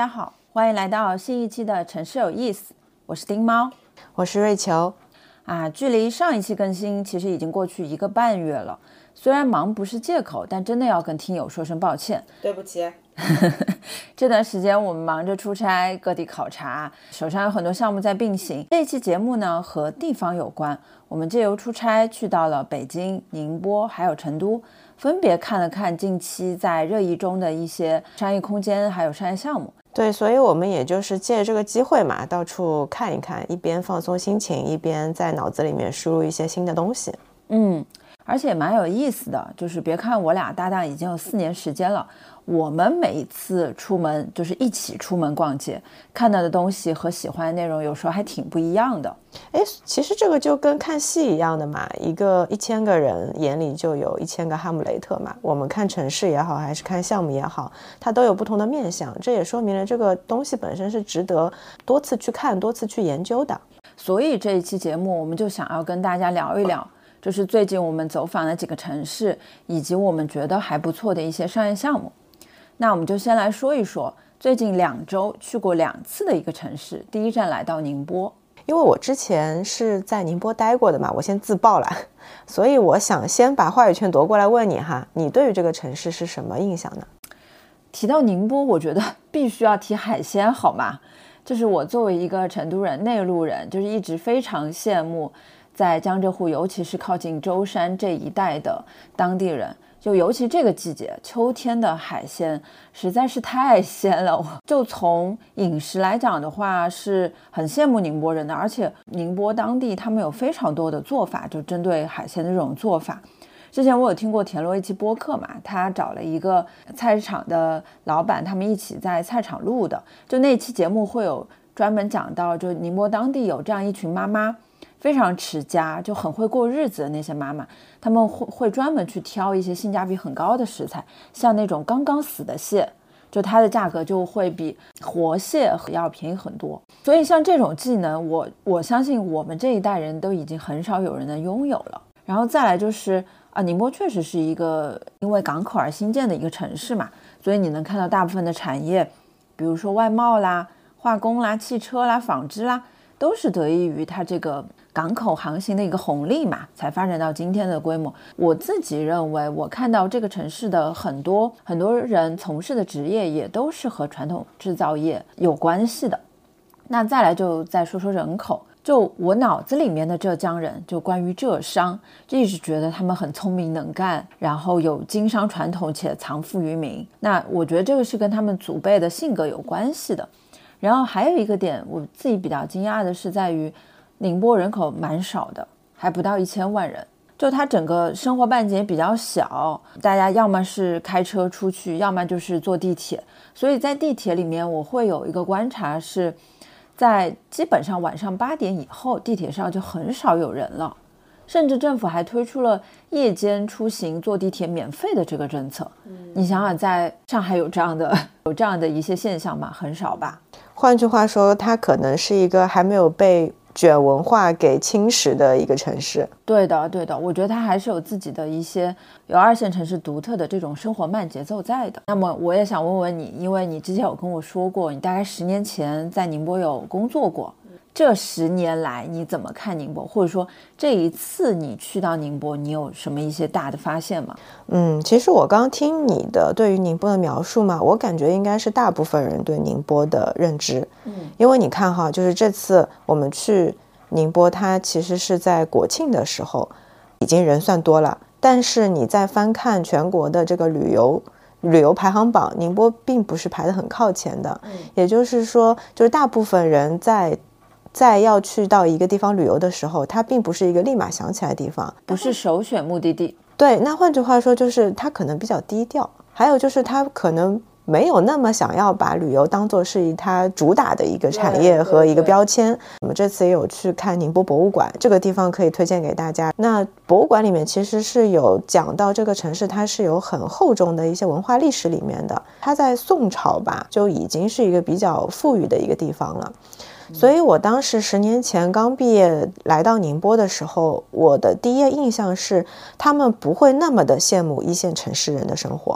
家好，欢迎来到新一期的城市有意思，我是丁猫， 我是瑞秋。 距离上一期更新其实已经过去1个半月了，虽然忙不是借口，但真的要跟听友说声抱歉， 对不起。 这段时间我们忙着出差，各地考察，手上有很多项目在并行。这一期节目呢和地方有关，我们借由出差去到了北京、宁波还有成都，分别看了看近期在热议中的一些商业空间还有商业项目。 对，所以我们也就是借这个机会嘛，到处看一看，一边放松心情，一边在脑子里面输入一些新的东西。 而且蛮有意思的，就是别看我俩搭档已经有4年时间了，我们每一次出门就是一起出门逛街，看到的东西和喜欢的内容有时候还挺不一样的。 其实这个就跟看戏一样的嘛，一个1000个人眼里就有1000个哈姆雷特嘛。我们看城市也好，还是看项目也好，它都有不同的面向，这也说明了这个东西本身是值得多次去看、多次去研究的。 所以这一期节目我们就想要跟大家聊一聊，就是最近我们走访了几个城市，以及我们觉得还不错的一些商业项目。那我们就先来说一说最近2周去过2次的一个城市，第一站来到宁波。 因为我之前是在宁波待过的嘛，我先自曝了，所以我想先把话语权夺过来问你哈，你对于这个城市是什么印象呢？ 提到宁波，我觉得必须要提海鲜，好吗？就是我作为一个成都人、内陆人，就是一直非常羡慕在江浙沪，尤其是靠近舟山这一带的当地人，就尤其这个季节，秋天的海鲜实在是太鲜了。就从饮食来讲的话，是很羡慕宁波人的，而且宁波当地他们有非常多的做法，就针对海鲜的这种做法。之前我有听过田螺一期播客嘛，他找了一个菜市场的老板，他们一起在菜场录的，就那期节目会有专门讲到，就宁波当地有这样一群妈妈，非常持家，就很会过日子的那些妈妈，他们会专门去挑一些性价比很高的食材，像那种刚刚死的蟹，就它的价格就会比活蟹要便宜很多。所以像这种技能，我相信我们这一代人都已经很少有人能拥有了。然后再来就是宁波确实是一个因为港口而兴建的一个城市嘛，所以你能看到大部分的产业，比如说外贸啦、化工啦、汽车啦、纺织啦，都是得益于它这个港口航行的一个红利嘛，才发展到今天的规模。我自己认为，我看到这个城市的很多人从事的职业也都是和传统制造业有关系的。那再来就再说说人口，就我脑子里面的浙江人，就关于浙商，就一直觉得他们很聪明能干，然后有经商传统且藏富于民。那我觉得这个是跟他们祖辈的性格有关系的。然后还有一个点我自己比较惊讶的是在于宁波人口蛮少的，还不到1000万人，就它整个生活半径比较小，大家要么是开车出去，要么就是坐地铁。所以在地铁里面我会有一个观察是，在基本上晚上8点以后，地铁上就很少有人了，甚至政府还推出了夜间出行坐地铁免费的这个政策。你想想，在上海有这样的一些现象吗？很少吧。 换句话说，它可能是一个还没有被卷文化给侵蚀的一个城市。 对的，我觉得它还是有自己的一些有2线城市独特的这种生活慢节奏在的。那么我也想问问你，因为你之前有跟我说过，你大概10年前在宁波有工作过，这10年来你怎么看宁波，或者说这一次你去到宁波，你有什么一些大的发现吗？ 其实我刚听你的对于宁波的描述嘛，我感觉应该是大部分人对宁波的认知。因为你看哈，就是这次我们去宁波，它其实是在国庆的时候，已经人算多了，但是你再翻看全国的这个旅游排行榜，宁波并不是排得很靠前的。也就是说，就是大部分人在要去到一个地方旅游的时候，它并不是一个立马想起来的地方， 不是首选目的地。 对，那换句话说就是它可能比较低调，还有就是它可能没有那么想要把旅游当作是它主打的一个产业和一个标签。我们这次也有去看宁波博物馆，这个地方可以推荐给大家。那博物馆里面其实是有讲到这个城市它是有很厚重的一些文化历史里面的，它在宋朝吧就已经是一个比较富裕的一个地方了。所以我当时10年前刚毕业来到宁波的时候，我的第一印象是他们不会那么的羡慕1线城市人的生活。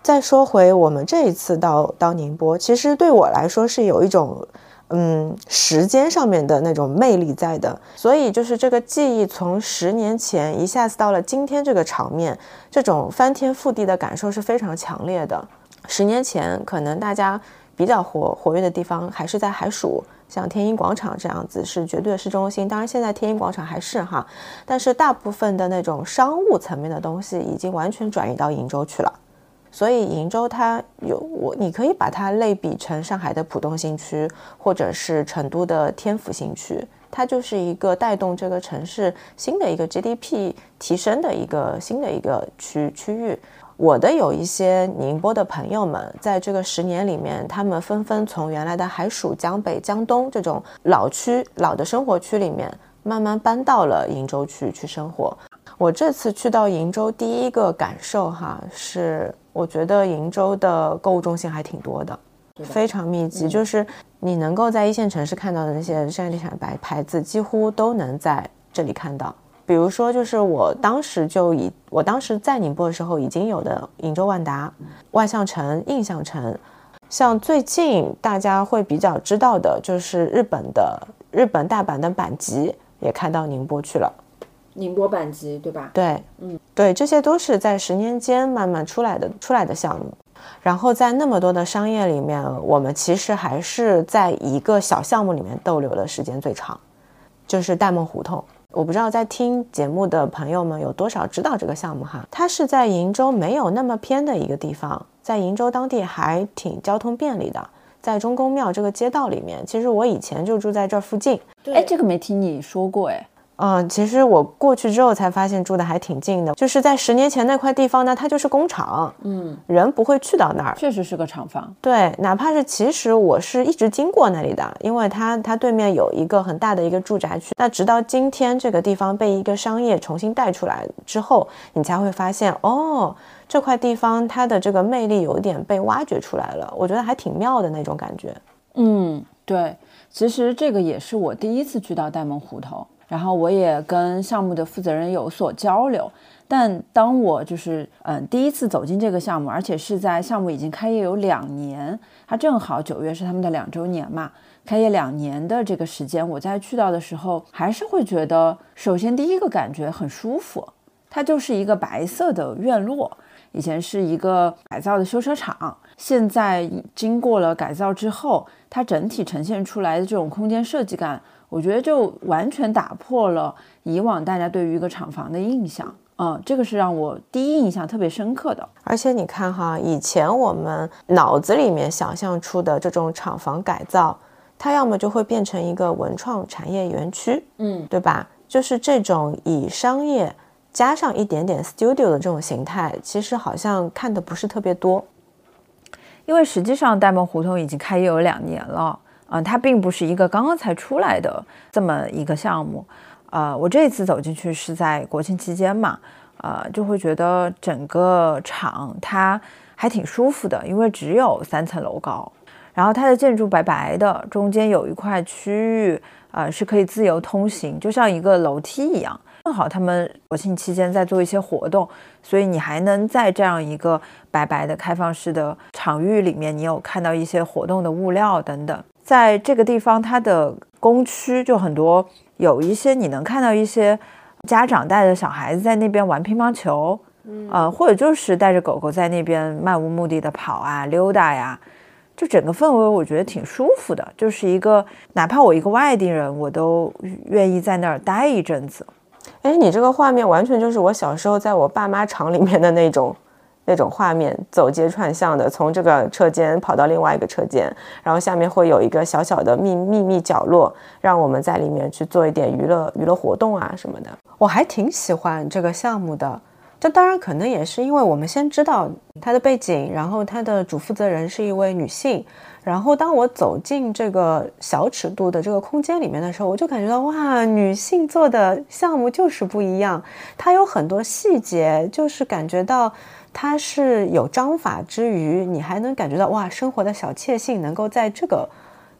再说回我们这一次到宁波，其实对我来说是有一种时间上面的那种魅力在的，所以就是这个记忆从10年前一下子到了今天这个场面，这种翻天覆地的感受是非常强烈的。10年前可能大家比较活跃的地方还是在海曙，像天一广场这样子是绝对的市中心，当然现在天一广场还是哈，但是大部分的那种商务层面的东西已经完全转移到鄞州去了。所以鄞州它你可以把它类比成上海的浦东新区，或者是成都的天府新区，它就是一个带动这个城市新的一个 GDP 提升的一个新的一个区域。我的有一些宁波的朋友们，在这个10年里面，他们纷纷从原来的海曙、江北、江东这种老的生活区里面，慢慢搬到了鄞州去生活。我这次去到鄞州，第一个感受是我觉得鄞州的购物中心还挺多的，非常密集，就是你能够在一线城市看到的那些商业地产牌子，几乎都能在这里看到。比如说，就是我当时在宁波的时候已经有的鄞州万达、万象城、印象城，像最近大家会比较知道的就是日本大阪的阪急也开到宁波去了。 宁波阪急对吧？ 对，对，这些都是在10年间慢慢出来的项目。然后在那么多的商业里面，我们其实还是在一个小项目里面逗留的时间最长，就是戴梦胡同。我不知道在听节目的朋友们有多少知道这个项目哈，它是在鄞州没有那么偏的一个地方，在鄞州当地还挺交通便利的，在中公庙这个街道里面。其实我以前就住在这附近。 哎，这个没听你说过哎。 其实我过去之后才发现住的还挺近的，就是在10年前那块地方呢，它就是工厂，人不会去到那儿， 确实是个厂房。 对，哪怕是其实我是一直经过那里的，因为它对面有一个很大的一个住宅区。那直到今天这个地方被一个商业重新带出来之后，你才会发现这块地方它的这个魅力有点被挖掘出来了，我觉得还挺妙的那种感觉。 对，其实这个也是我第一次去到戴梦胡同，然后我也跟项目的负责人有所交流。但当我就是第一次走进这个项目，而且是在项目已经开业有2年，它正好9月是他们的2周年嘛，开业2年的这个时间，我在去到的时候还是会觉得，首先第一个感觉很舒服，它就是一个白色的院落，以前是一个改造的修车厂，现在经过了改造之后，它整体呈现出来的这种空间设计感，我觉得就完全打破了以往大家对于一个厂房的印象。这个是让我第一印象特别深刻的。 而且你看哈，以前我们脑子里面想象出的这种厂房改造，它要么就会变成一个文创产业园区，对吧？就是这种以商业加上一点点 studio 的这种形态，其实好像看的不是特别多。 因为实际上戴梦胡同已经开业有2年了，它并不是一个刚刚才出来的这么一个项目。我这次走进去是在国庆期间嘛，就会觉得整个厂它还挺舒服的，因为只有3层楼高，然后它的建筑白白的，中间有一块区域是可以自由通行，就像一个楼梯一样。正好他们国庆期间在做一些活动，所以你还能在这样一个白白的开放式的场域里面，你有看到一些活动的物料等等。在这个地方，它的工区就很多，有一些你能看到一些家长带着小孩子在那边玩乒乓球，或者就是带着狗狗在那边漫无目的的跑啊溜达呀，就整个氛围我觉得挺舒服的，就是一个哪怕我一个外地人，我都愿意在那儿待一阵子。 你这个画面完全就是我小时候在我爸妈厂里面的那种画面，走街串巷的，从这个车间跑到另外一个车间，然后下面会有一个小小的秘密角落，让我们在里面去做一点娱乐活动啊什么的。我还挺喜欢这个项目的，这当然可能也是因为我们先知道它的背景，然后它的主负责人是一位女性，然后当我走进这个小尺度的这个空间里面的时候，我就感觉到哇，女性做的项目就是不一样，它有很多细节，就是感觉到它是有章法之余，你还能感觉到哇，生活的小确幸能够在这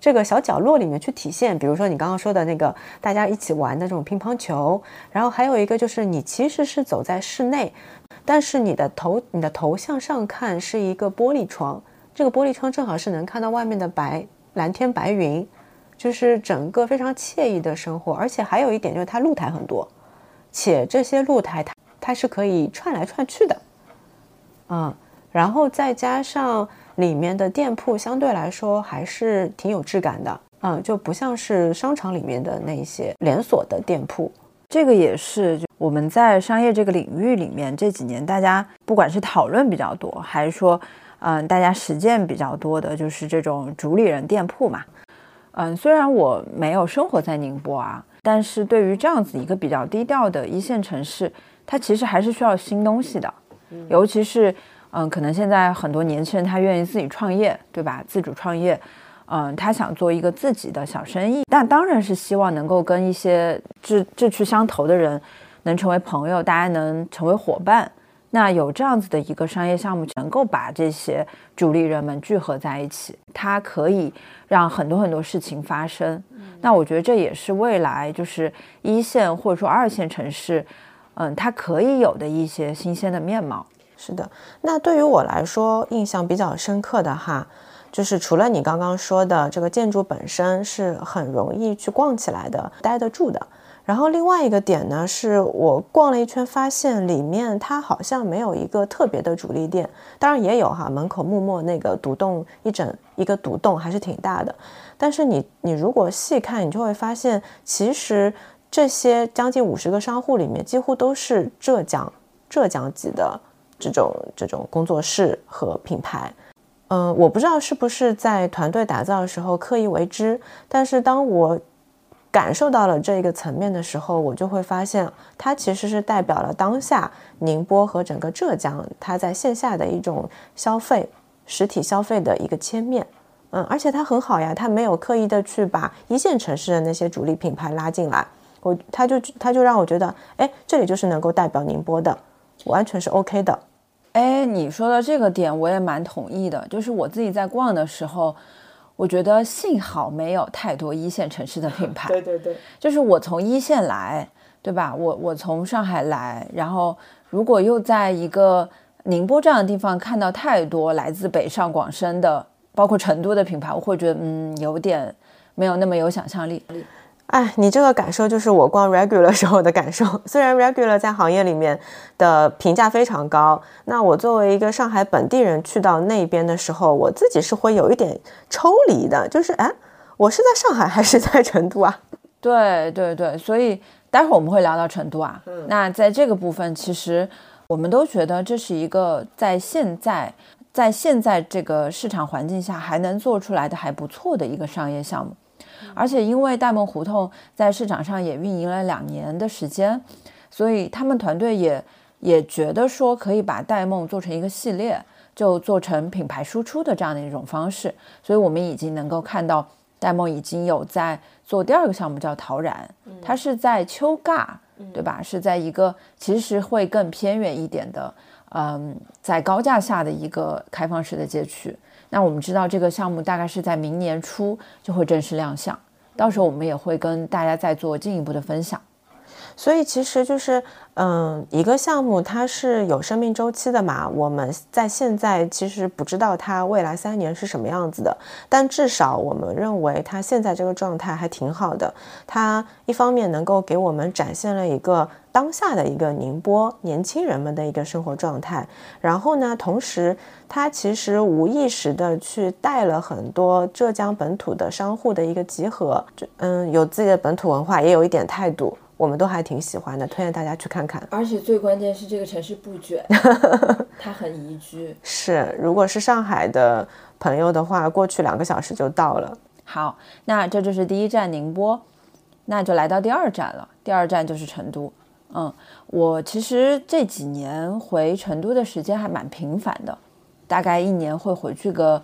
这个小角落里面去体现。比如说你刚刚说的那个大家一起玩的这种乒乓球，然后还有一个就是你其实是走在室内，但是你的头向上看是一个玻璃窗，这个玻璃窗正好是能看到外面的蓝天白云，就是整个非常惬意的生活。而且还有一点就是它露台很多，且这些露台它是可以串来串去的，然后再加上里面的店铺相对来说还是挺有质感的，就不像是商场里面的那些连锁的店铺。 这个也是我们在商业这个领域里面这几年大家不管是讨论比较多，还是说大家实践比较多的，就是这种主理人店铺嘛。虽然我没有生活在宁波啊，但是对于这样子一个比较低调的一线城市，它其实还是需要新东西的。尤其是可能现在很多年轻人他愿意自己创业，对吧？自主创业，他想做一个自己的小生意，但当然是希望能够跟一些志趣相投的人能成为朋友，大家能成为伙伴。那有这样子的一个商业项目，能够把这些主力人们聚合在一起，它可以让很多很多事情发生。那我觉得这也是未来就是一线或者说二线城市，它可以有的一些新鲜的面貌。 是的，那对于我来说印象比较深刻的哈，就是除了你刚刚说的这个建筑本身是很容易去逛起来的，待得住的。然后另外一个点呢，是我逛了一圈发现里面它好像没有一个特别的主力店，当然也有哈，门口默默那个独栋一个独栋还是挺大的。但是你如果细看，你就会发现其实这些将近50个商户里面几乎都是浙江籍的这种工作室和品牌。我不知道是不是在团队打造的时候刻意为之，但是当我感受到了这个层面的时候，我就会发现它其实是代表了当下宁波和整个浙江它在线下的一种消费，实体消费的一个切面。而且它很好呀，它没有刻意的去把一线城市的那些主力品牌拉进来，它就让我觉得，这里就是能够代表宁波的，完全是 OK 的。 你说的这个点我也蛮同意的，就是我自己在逛的时候，我觉得幸好没有太多一线城市的品牌。 对， 就是我从一线来，对吧？我从上海来，然后如果又在一个宁波这样的地方看到太多来自北上广深的，包括成都的品牌，我会觉得有点没有那么有想象力。 你这个感受就是我逛 Regular 时候的感受。虽然 Regular 在行业里面的评价非常高，那我作为一个上海本地人去到那边的时候，我自己是会有一点抽离的，就是我是在上海还是在成都啊？ 对，所以待会儿我们会聊到成都啊。那在这个部分，其实我们都觉得这是一个在现在这个市场环境下还能做出来的还不错的一个商业项目。而且因为戴梦胡同在市场上也运营了2年的时间，所以他们团队也觉得说可以把戴梦做成一个系列，就做成品牌输出的这样的一种方式。所以我们已经能够看到戴梦已经有在做第2个项目叫陶然，它是在丘尬，对吧？是在一个其实会更偏远一点的在高架下的一个开放式的街区。那我们知道这个项目大概是在明年初就会正式亮相，到时候我们也会跟大家再做进一步的分享。 所以其实就是一个项目它是有生命周期的嘛，我们在现在其实不知道它未来3年是什么样子的，但至少我们认为它现在这个状态还挺好的。它一方面能够给我们展现了一个当下的一个宁波年轻人们的一个生活状态，然后呢同时它其实无意识的去带了很多浙江本土的商户的一个集合，有自己的本土文化，也有一点态度，我们都还挺喜欢的，推荐大家去看看。 而且最关键是这个城市不卷它很宜居。 是，如果是上海的朋友的话，过去2个小时就到了。 好，那这就是第1站宁波，那就来到第2站了。第2站就是成都。我其实这几年回成都的时间还蛮频繁的，大概1年会回去个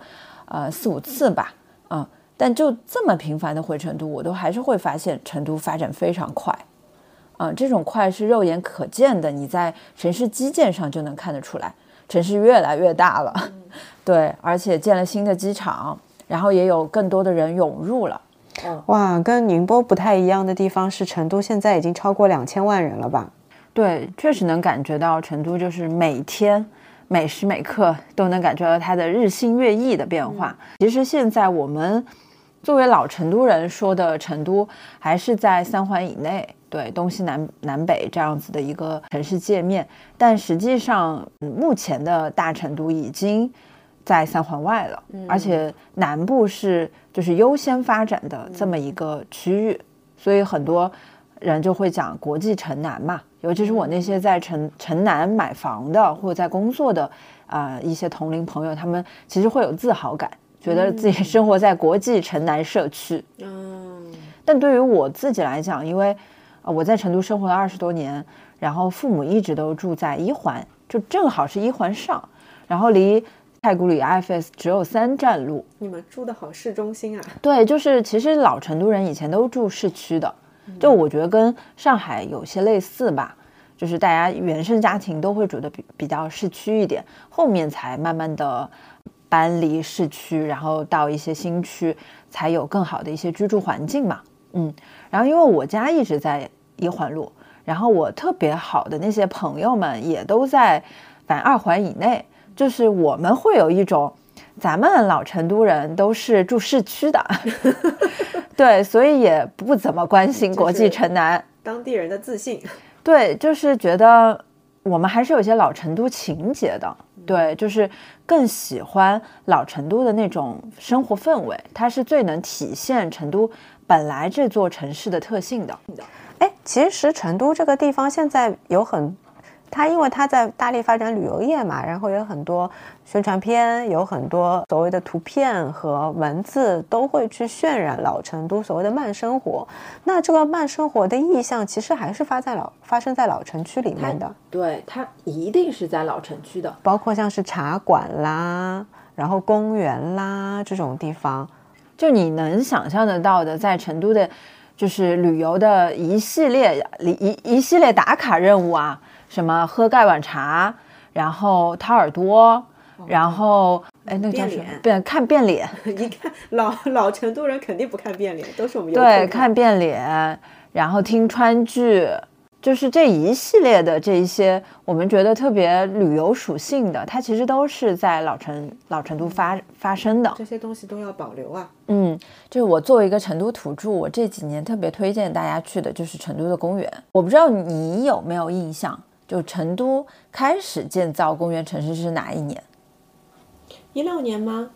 4-5次吧。但就这么频繁的回成都，我都还是会发现成都发展非常快。这种快是肉眼可见的，你在城市基建上就能看得出来，城市越来越大了。对，而且建了新的机场， 然后也有更多的人涌入了。 哇，跟宁波不太一样的地方是成都现在已经超过2000万人了吧？ 对，确实能感觉到成都就是每天每时每刻都能感觉到它的日新月异的变化。其实现在我们作为老成都人说的成都还是在3环以内，对，东西南北这样子的一个城市界面，但实际上目前的大成都已经在3环外了，而且南部是就是优先发展的这么一个区域，所以很多人就会讲国际城南嘛，尤其是我那些在城南买房的或者在工作的一些同龄朋友，他们其实会有自豪感，觉得自己生活在国际城南社区。但对于我自己来讲，因为我在成都生活了20多年，然后父母一直都住在1环，就正好是1环上，然后离太古里 IFS 只有3站路。 你们住的好市中心啊？ 对，就是其实老成都人以前都住市区的，就我觉得跟上海有些类似吧，就是大家原生家庭都会住的比较市区一点，后面才慢慢的搬离市区，然后到一些新区，才有更好的一些居住环境嘛。然后因为我家一直在1环路，然后我特别好的那些朋友们也都在反正2环以内，就是我们会有一种咱们老成都人都是住市区的对，所以也不怎么关心国际城南， 当地人的自信。 对，就是觉得我们还是有些老成都情节的，对，就是更喜欢老成都的那种生活氛围，它是最能体现成都本来这座城市的特性的。 其实成都这个地方现在有它因为它在大力发展旅游业嘛，然后有很多宣传片，有很多所谓的图片和文字都会去渲染老成都所谓的慢生活。那这个慢生活的意象其实还是发生在老城区里面的。 对，它一定是在老城区的， 包括像是茶馆啦，然后公园啦这种地方， 就你能想象得到的，在成都的就是旅游的一系列打卡任务啊，什么喝盖碗茶，然后掏耳朵，然后那个叫什么？看变脸。 一看老成都人肯定不看变脸，都是我们对，看变脸，然后听川剧，就是这一系列的这一些我们觉得特别旅游属性的，它其实都是在老成都发生的。 这些东西都要保留啊。 就是我作为一个成都土著，我这几年特别推荐大家去的就是成都的公园。我不知道你有没有印象，就成都开始建造公园城市是哪一年 ？16年吗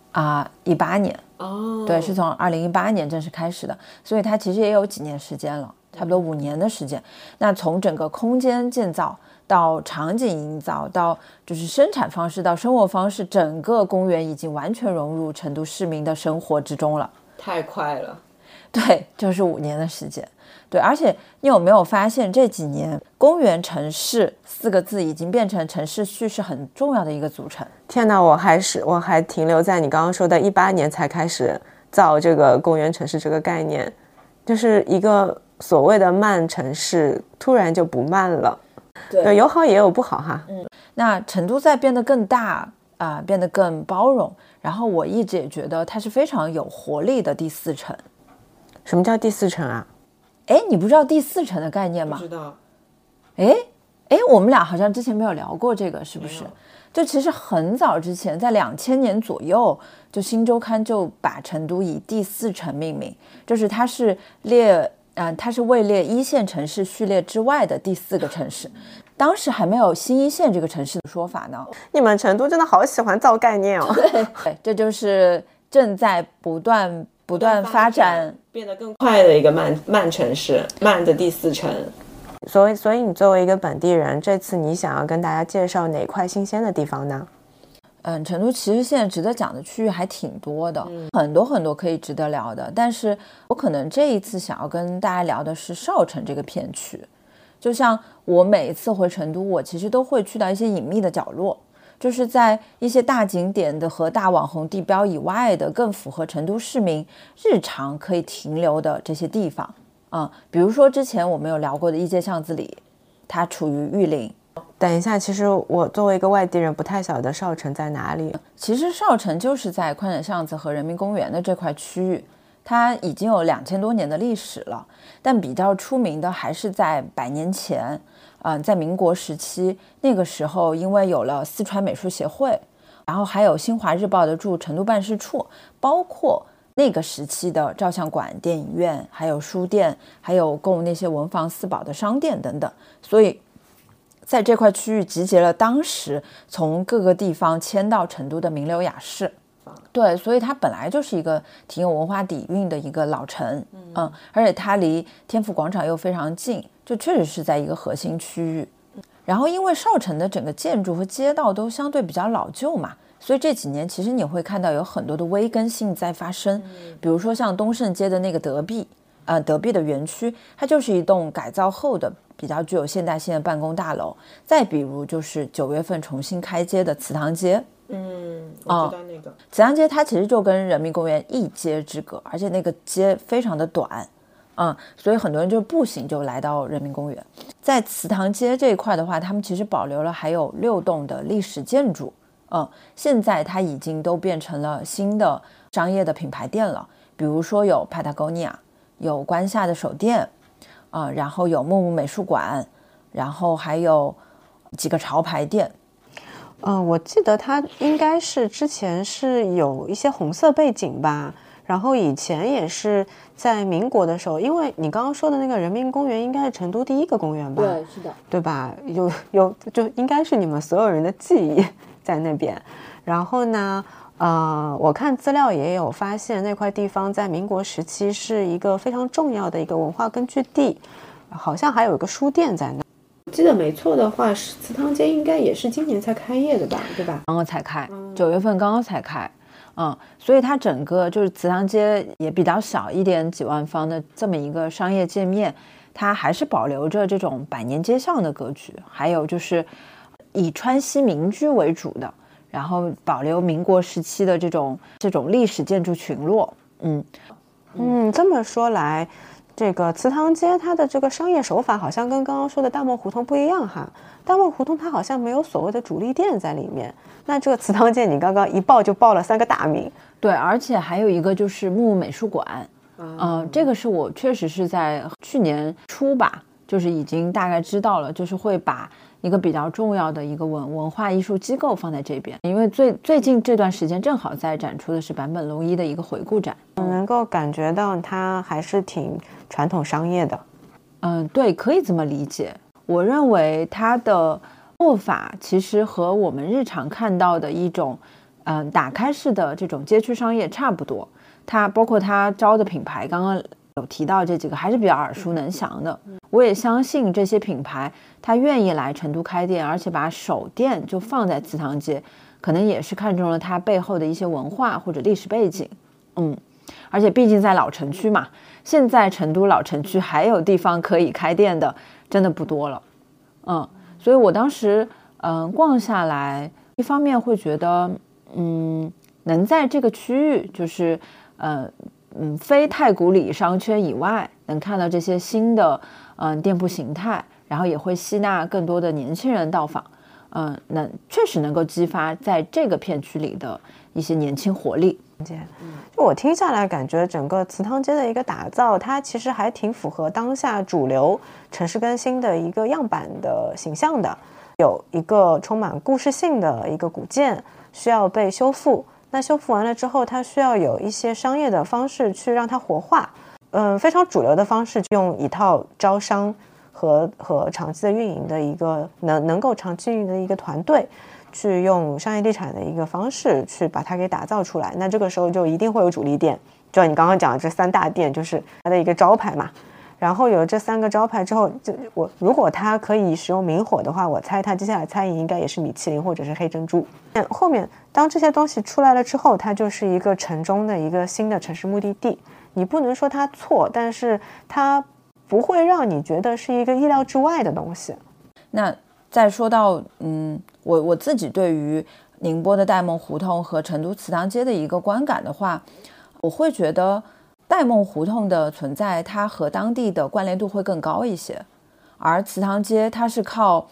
？18年。对，是从2018年正式开始的，所以它其实也有几年时间了，差不多5年的时间。那从整个空间建造到场景营造到就是生产方式到生活方式，整个公园已经完全融入成都市民的生活之中了。 太快了。 对，就是5年的时间。对，而且你有没有发现这几年公园城市4个字已经变成城市叙事很重要的一个组成？ 天哪，我还停留在你刚刚说的18年才开始造这个公园城市这个概念，就是一个所谓的慢城市突然就不慢了。对，有好也有不好哈。 那成都在变得更大变得更包容，然后我一直也觉得它是非常有活力的第4城。 什么叫第4城啊？ 你不知道第4城的概念吗？ 不知道。 我们俩好像之前没有聊过这个，是不是？就其实很早之前，在2000年左右，就新周刊就把成都以第4城命名，就是它是位列1线城市序列之外的第4个城市。当时还没有新1线这个城市的说法呢。 你们成都真的好喜欢造概念哦。 对，这就是正在不断发展变得更快的一个慢城市，慢的第4城。所以你作为一个本地人，这次你想要跟大家介绍哪块新鲜的地方呢？ 成都其实现在值得讲的区域还挺多的，很多可以值得聊的，但是我可能这一次想要跟大家聊的是少城这个片区。就像我每一次回成都，我其实都会去到一些隐秘的角落，就是在一些大景点的和大网红地标以外的更符合成都市民日常可以停留的这些地方比如说之前我们有聊过的一街巷子里，它处于玉林， 等一下，其实我作为一个外地人，不太晓得少城在哪里。 其实少城就是在宽窄巷子和人民公园的这块区域，它已经有2000多年的历史了。但比较出名的还是在100年前，在民国时期，那个时候因为有了四川美术协会，然后还有新华日报的驻成都办事处，包括那个时期的照相馆、电影院，还有书店，还有供那些文房四宝的商店等等，所以在这块区域集结了当时从各个地方迁到成都的名流雅士。对，所以它本来就是一个挺有文化底蕴的一个老城，而且它离天府广场又非常近，就确实是在一个核心区域。然后因为少城的整个建筑和街道都相对比较老旧嘛，所以这几年其实你会看到有很多的微更性在发生，比如说像东胜街的那个德壁的园区，它就是一栋改造后的比较具有现代性的办公大楼。再比如就是9月份重新开街的祠堂街， 我知道那个祠堂街它其实就跟人民公园一街之隔，而且那个街非常的短，所以很多人就步行就来到人民公园。在祠堂街这一块的话，他们其实保留了还有6栋的历史建筑，现在它已经都变成了新的商业的品牌店了，比如说有 Patagonia， 有关夏的手店，然后有木木美术馆，然后还有几个潮牌店。 我记得它应该是之前是有一些红色背景吧，然后以前也是在民国的时候，因为你刚刚说的那个人民公园应该是成都第一个公园吧？ 对，是的， 对吧？就应该是你们所有人的记忆在那边。然后呢，我看资料也有发现，那块地方在民国时期是一个非常重要的一个文化根据地，好像还有一个书店在那。记得没错的话，祠堂街应该也是今年才开业的吧，对吧？ 刚刚才开，9月份刚刚才开，所以它整个就是祠堂街也比较小，1点几万方的这么一个商业界面，它还是保留着这种百年街巷的格局，还有就是以川西民居为主的，然后保留民国时期的这种历史建筑群落。 这么说来，这个祠堂街它的这个商业手法好像跟刚刚说的大梦胡同不一样哈。大梦胡同它好像没有所谓的主力店在里面，那这个祠堂街你刚刚一报就报了3个大名。 对，而且还有一个就是木木美术馆，这个是我确实是在去年初吧，就是已经大概知道了，就是会把一个比较重要的一个文化艺术机构放在这边，因为最近这段时间正好在展出的是坂本龙一的一个回顾展， 能够感觉到它还是挺传统商业的。 对，可以这么理解。我认为它的做法其实和我们日常看到的一种打开式的这种街区商业差不多，它包括它招的品牌刚刚有提到这几个还是比较耳熟能详的。我也相信这些品牌它愿意来成都开店，而且把首店就放在祠堂街，可能也是看中了它背后的一些文化或者历史背景。而且毕竟在老城区嘛，现在成都老城区还有地方可以开店的真的不多了。所以我当时逛下来，一方面会觉得能在这个区域就是非太古里商圈以外能看到这些新的店铺形态，然后也会吸纳更多的年轻人到访，确实能够激发在这个片区里的一些年轻活力。 就我听下来感觉整个祠堂街的一个打造，它其实还挺符合当下主流城市更新的一个样板的形象的。有一个充满故事性的一个古建需要被修复，那修复完了之后，它需要有一些商业的方式去让它活化。非常主流的方式，用一套招商和长期的运营的一个能够长期运营的一个团队，去用商业地产的一个方式去把它给打造出来。那这个时候就一定会有主力店，就你刚刚讲的这3大店就是它的一个招牌嘛。然后有这3个招牌之后，如果它可以使用明火的话，我猜它接下来餐饮应该也是米其林或者是黑珍珠。后面当这些东西出来了之后，它就是一个城中的一个新的城市目的地。你不能说它错，但是它不会让你觉得是一个意料之外的东西。 那再说到我自己对于宁波的戴梦胡同和成都祠堂街的一个观感的话，我会觉得戴梦胡同的存在它和当地的关联度会更高一些，而祠堂街它是靠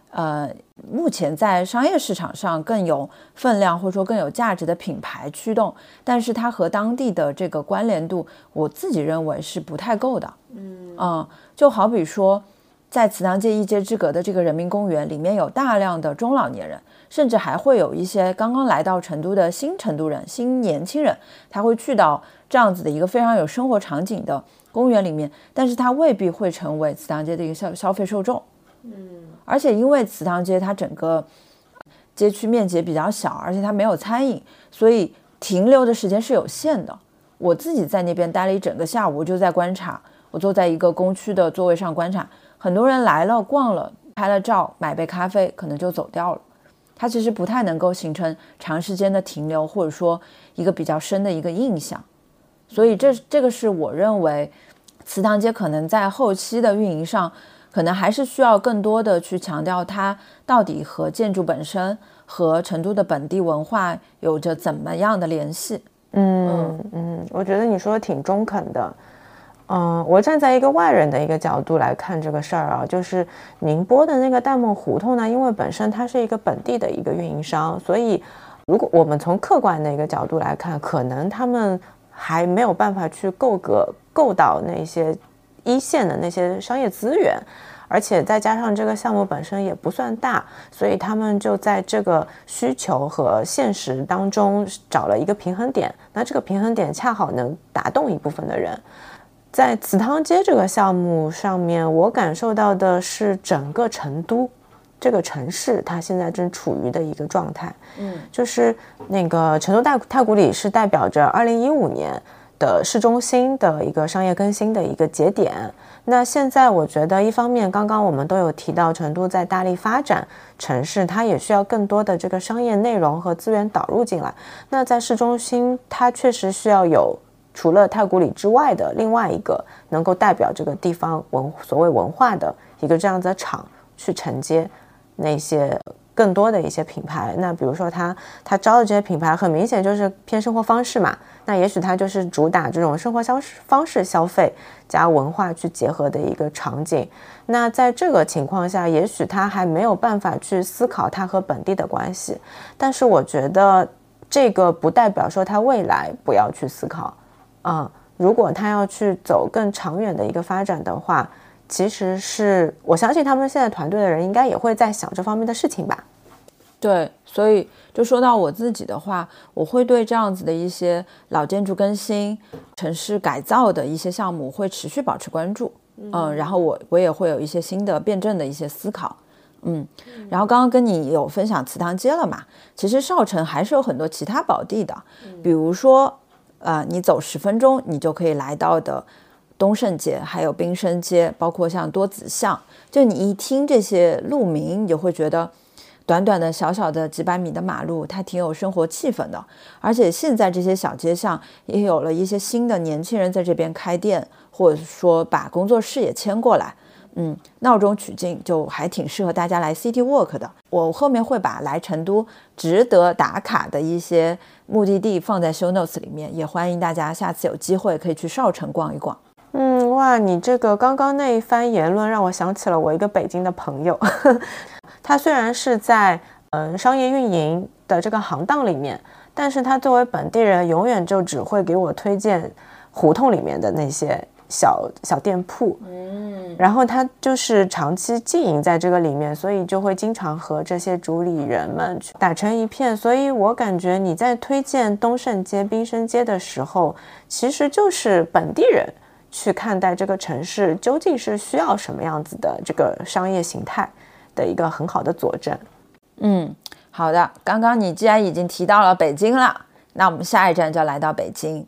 目前在商业市场上更有分量或者说更有价值的品牌驱动，但是它和当地的这个关联度，我自己认为是不太够的。就好比说在祠堂街一街之隔的这个人民公园里面有大量的中老年人，甚至还会有一些刚刚来到成都的新成都人、新年轻人，他会去到这样子的一个非常有生活场景的公园里面，但是他未必会成为祠堂街的一个消费受众。而且因为祠堂街它整个街区面积也比较小，而且它没有餐饮，所以停留的时间是有限的。我自己在那边待了一整个下午，我就在观察，我坐在一个公区的座位上观察，很多人来了逛了拍了照买杯咖啡可能就走掉了，它其实不太能够形成长时间的停留，或者说一个比较深的一个印象。所以这个是我认为祠堂街可能在后期的运营上可能还是需要更多的去强调它到底和建筑本身和成都的本地文化有着怎么样的联系。 我觉得你说的挺中肯的。我站在一个外人的一个角度来看这个事儿啊，就是宁波的那个戴梦胡同呢，因为本身它是一个本地的一个运营商，所以如果我们从客观的一个角度来看，可能他们还没有办法去够到那些一线的那些商业资源，而且再加上这个项目本身也不算大，所以他们就在这个需求和现实当中找了一个平衡点，那这个平衡点恰好能打动一部分的人。在祠堂街这个项目上面，我感受到的是整个成都这个城市它现在正处于的一个状态。就是那个成都太古里是代表着2015年的市中心的一个商业更新的一个节点。那现在我觉得一方面刚刚我们都有提到成都在大力发展城市，它也需要更多的这个商业内容和资源导入进来。那在市中心它确实需要有除了太古里之外的另外一个能够代表这个地方所谓文化的一个这样子的场，去承接那些更多的一些品牌。那比如说他招的这些品牌很明显就是偏生活方式嘛，那也许他就是主打这种生活方式消费加文化去结合的一个场景。那在这个情况下，也许他还没有办法去思考他和本地的关系，但是我觉得这个不代表说他未来不要去思考。如果他要去走更长远的一个发展的话，其实是我相信他们现在团队的人应该也会在想这方面的事情吧。 对，所以就说到我自己的话，我会对这样子的一些老建筑更新、城市改造的一些项目会持续保持关注。然后我也会有一些新的辩证的一些思考。然后刚刚跟你有分享祠堂街了嘛，其实少城还是有很多其他宝地的，比如说你走10分钟你就可以来到的东胜街，还有滨生街，包括像多子巷，就你一听这些路名，你就会觉得短短的小小的几百米的马路，它挺有生活气氛的。而且现在这些小街巷也有了一些新的年轻人在这边开店，或者说把工作室也迁过来。闹中取静，就还挺适合大家来 City Walk 的。我后面会把来成都值得打卡的一些目的地放在 show notes 里面，也欢迎大家下次有机会可以去少城逛一逛。 哇，你这个刚刚那一番言论让我想起了我一个北京的朋友他虽然是在商业运营的这个行当里面，但是他作为本地人永远就只会给我推荐胡同里面的那些小店铺，然后他就是长期经营在这个里面，所以就会经常和这些主理人们打成一片。所以我感觉你在推荐东胜街、滨生街的时候，其实就是本地人去看待这个城市究竟是需要什么样子的这个商业形态的一个很好的佐证。 好的，刚刚你既然已经提到了北京了，那我们下一站就来到北京。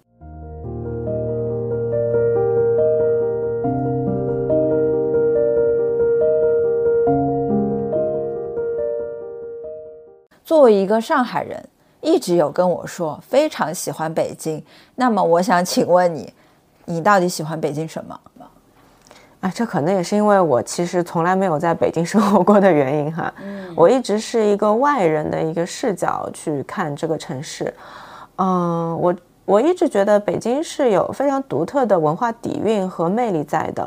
作为一个上海人，一直有跟我说非常喜欢北京，那么我想请问你，你到底喜欢北京什么？ 这可能也是因为我其实从来没有在北京生活过的原因哈。我一直是一个外人的一个视角去看这个城市。我一直觉得北京是有非常独特的文化底蕴和魅力在的。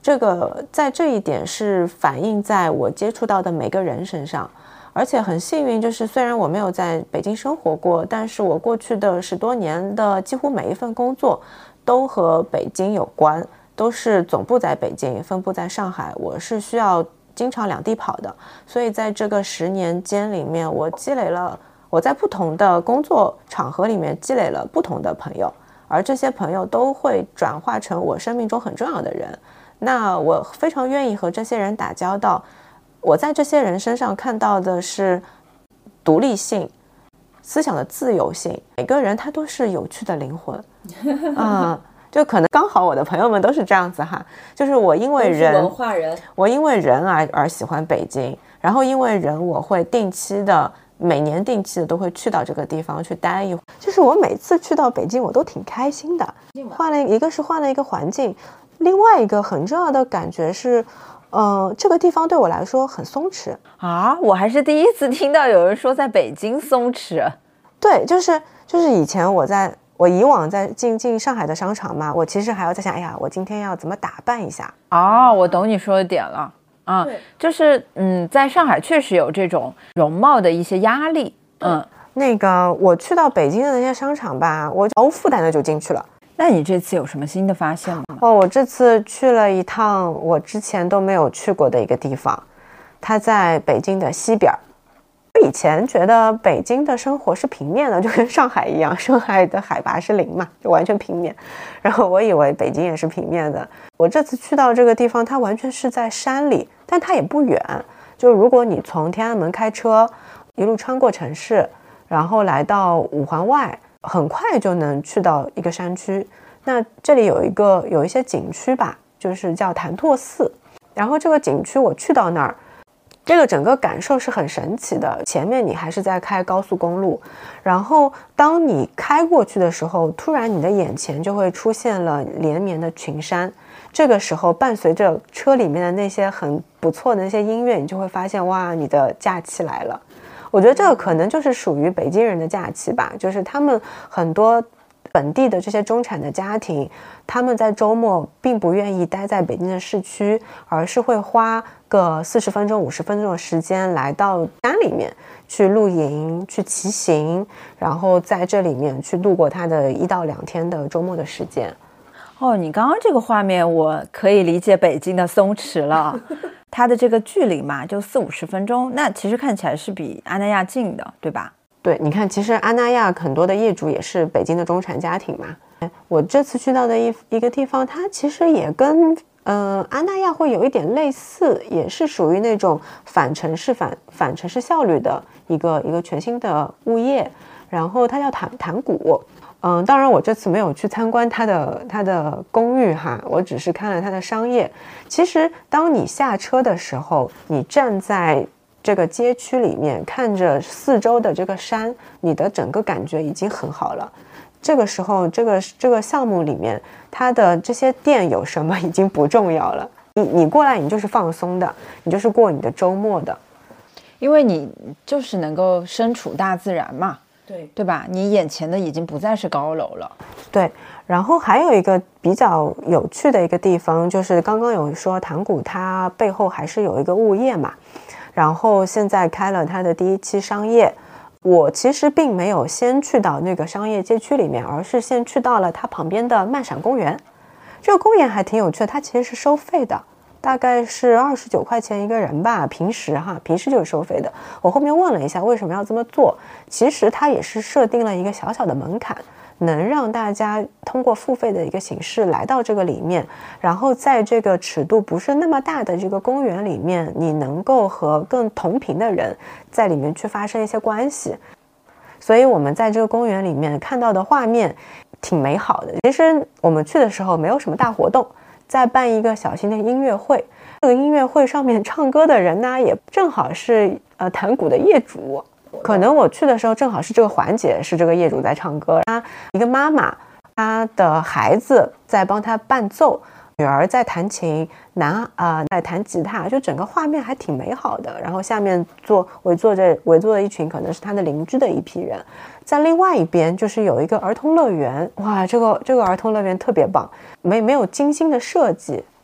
这个在这一点是反映在我接触到的每个人身上。而且很幸运，就是虽然我没有在北京生活过，但是我过去的10多年的几乎每一份工作都和北京有关，都是总部在北京，分部在上海，我是需要经常两地跑的。所以在这个10年间里面，我在不同的工作场合里面积累了不同的朋友，而这些朋友都会转化成我生命中很重要的人。那我非常愿意和这些人打交道，我在这些人身上看到的是独立性、思想的自由性，每个人他都是有趣的灵魂。就可能刚好我的朋友们都是这样子哈，就是我因为人， 文化人， 我因为人而喜欢北京，然后因为人我会每年定期的都会去到这个地方去待一会儿。就是我每次去到北京我都挺开心的，换了一个环境，另外一个很重要的感觉是这个地方对我来说很松弛啊！我还是第一次听到有人说在北京松弛。 对，就是以前我以往在进上海的商场嘛，我其实还要在想，哎呀，我今天要怎么打扮一下。 我懂你说的点了啊，就是在上海确实有这种容貌的一些压力。 那个我去到北京的那些商场吧，我毫无负担的就进去了。 那你这次有什么新的发现吗？ 我这次去了一趟我之前都没有去过的一个地方，它在北京的西边。我以前觉得北京的生活是平面的，就跟上海一样，上海的海拔是0嘛，就完全平面。然后我以为北京也是平面的。我这次去到这个地方，它完全是在山里，但它也不远。就如果你从天安门开车一路穿过城市，然后来到五环外，很快就能去到一个山区。那这里有一些景区吧，就是叫潭柘寺。然后这个景区我去到那儿，这个整个感受是很神奇的。前面你还是在开高速公路，然后当你开过去的时候，突然你的眼前就会出现了连绵的群山。这个时候伴随着车里面的那些很不错的那些音乐，你就会发现，哇，你的假期来了。我觉得这个可能就是属于北京人的假期吧，就是他们很多本地的这些中产的家庭，他们在周末并不愿意待在北京的市区，而是会花个40分钟、50分钟的时间来到山里面去露营、去骑行，然后在这里面去度过他的1到2天的周末的时间。 你刚刚这个画面我可以理解北京的松弛了。它的这个距离嘛，就40-50分钟，那其实看起来是比阿那亚近的，对吧？ 对，你看，其实阿那亚很多的业主也是北京的中产家庭嘛。我这次去到的一个地方，它其实也跟阿那亚会有一点类似，也是属于那种反城市效率的一个全新的物业，然后它叫潭谷。当然我这次没有去参观它的公寓哈，我只是看了它的商业。其实当你下车的时候，你站在这个街区里面看着四周的这个山，你的整个感觉已经很好了。这个时候这个项目里面它的这些店有什么已经不重要了，你过来你就是放松的，你就是过你的周末的， 因为你就是能够身处大自然嘛，对吧？你眼前的已经不再是高楼了。 对，然后还有一个比较有趣的一个地方，就是刚刚有说潭谷它背后还是有一个物业嘛，然后现在开了它的第1期商业。我其实并没有先去到那个商业街区里面，而是先去到了它旁边的漫闪公园。这个公园还挺有趣的，它其实是收费的，大概是29块钱一个人吧，平时就是收费的。我后面问了一下为什么要这么做，其实它也是设定了一个小小的门槛，能让大家通过付费的一个形式来到这个里面，然后在这个尺度不是那么大的这个公园里面，你能够和更同频的人在里面去发生一些关系。所以我们在这个公园里面看到的画面挺美好的。其实我们去的时候没有什么大活动，在办一个小型的音乐会，这个音乐会上面唱歌的人呢，也正好是潭谷的业主。可能我去的时候正好是这个环节，是这个业主在唱歌，一个妈妈，她的孩子在帮她伴奏，女儿在弹琴，在弹吉他，就整个画面还挺美好的。然后下面围坐的一群可能是他的邻居的一批人，在另外一边就是有一个儿童乐园。哇，这个儿童乐园特别棒，没有精心的设计，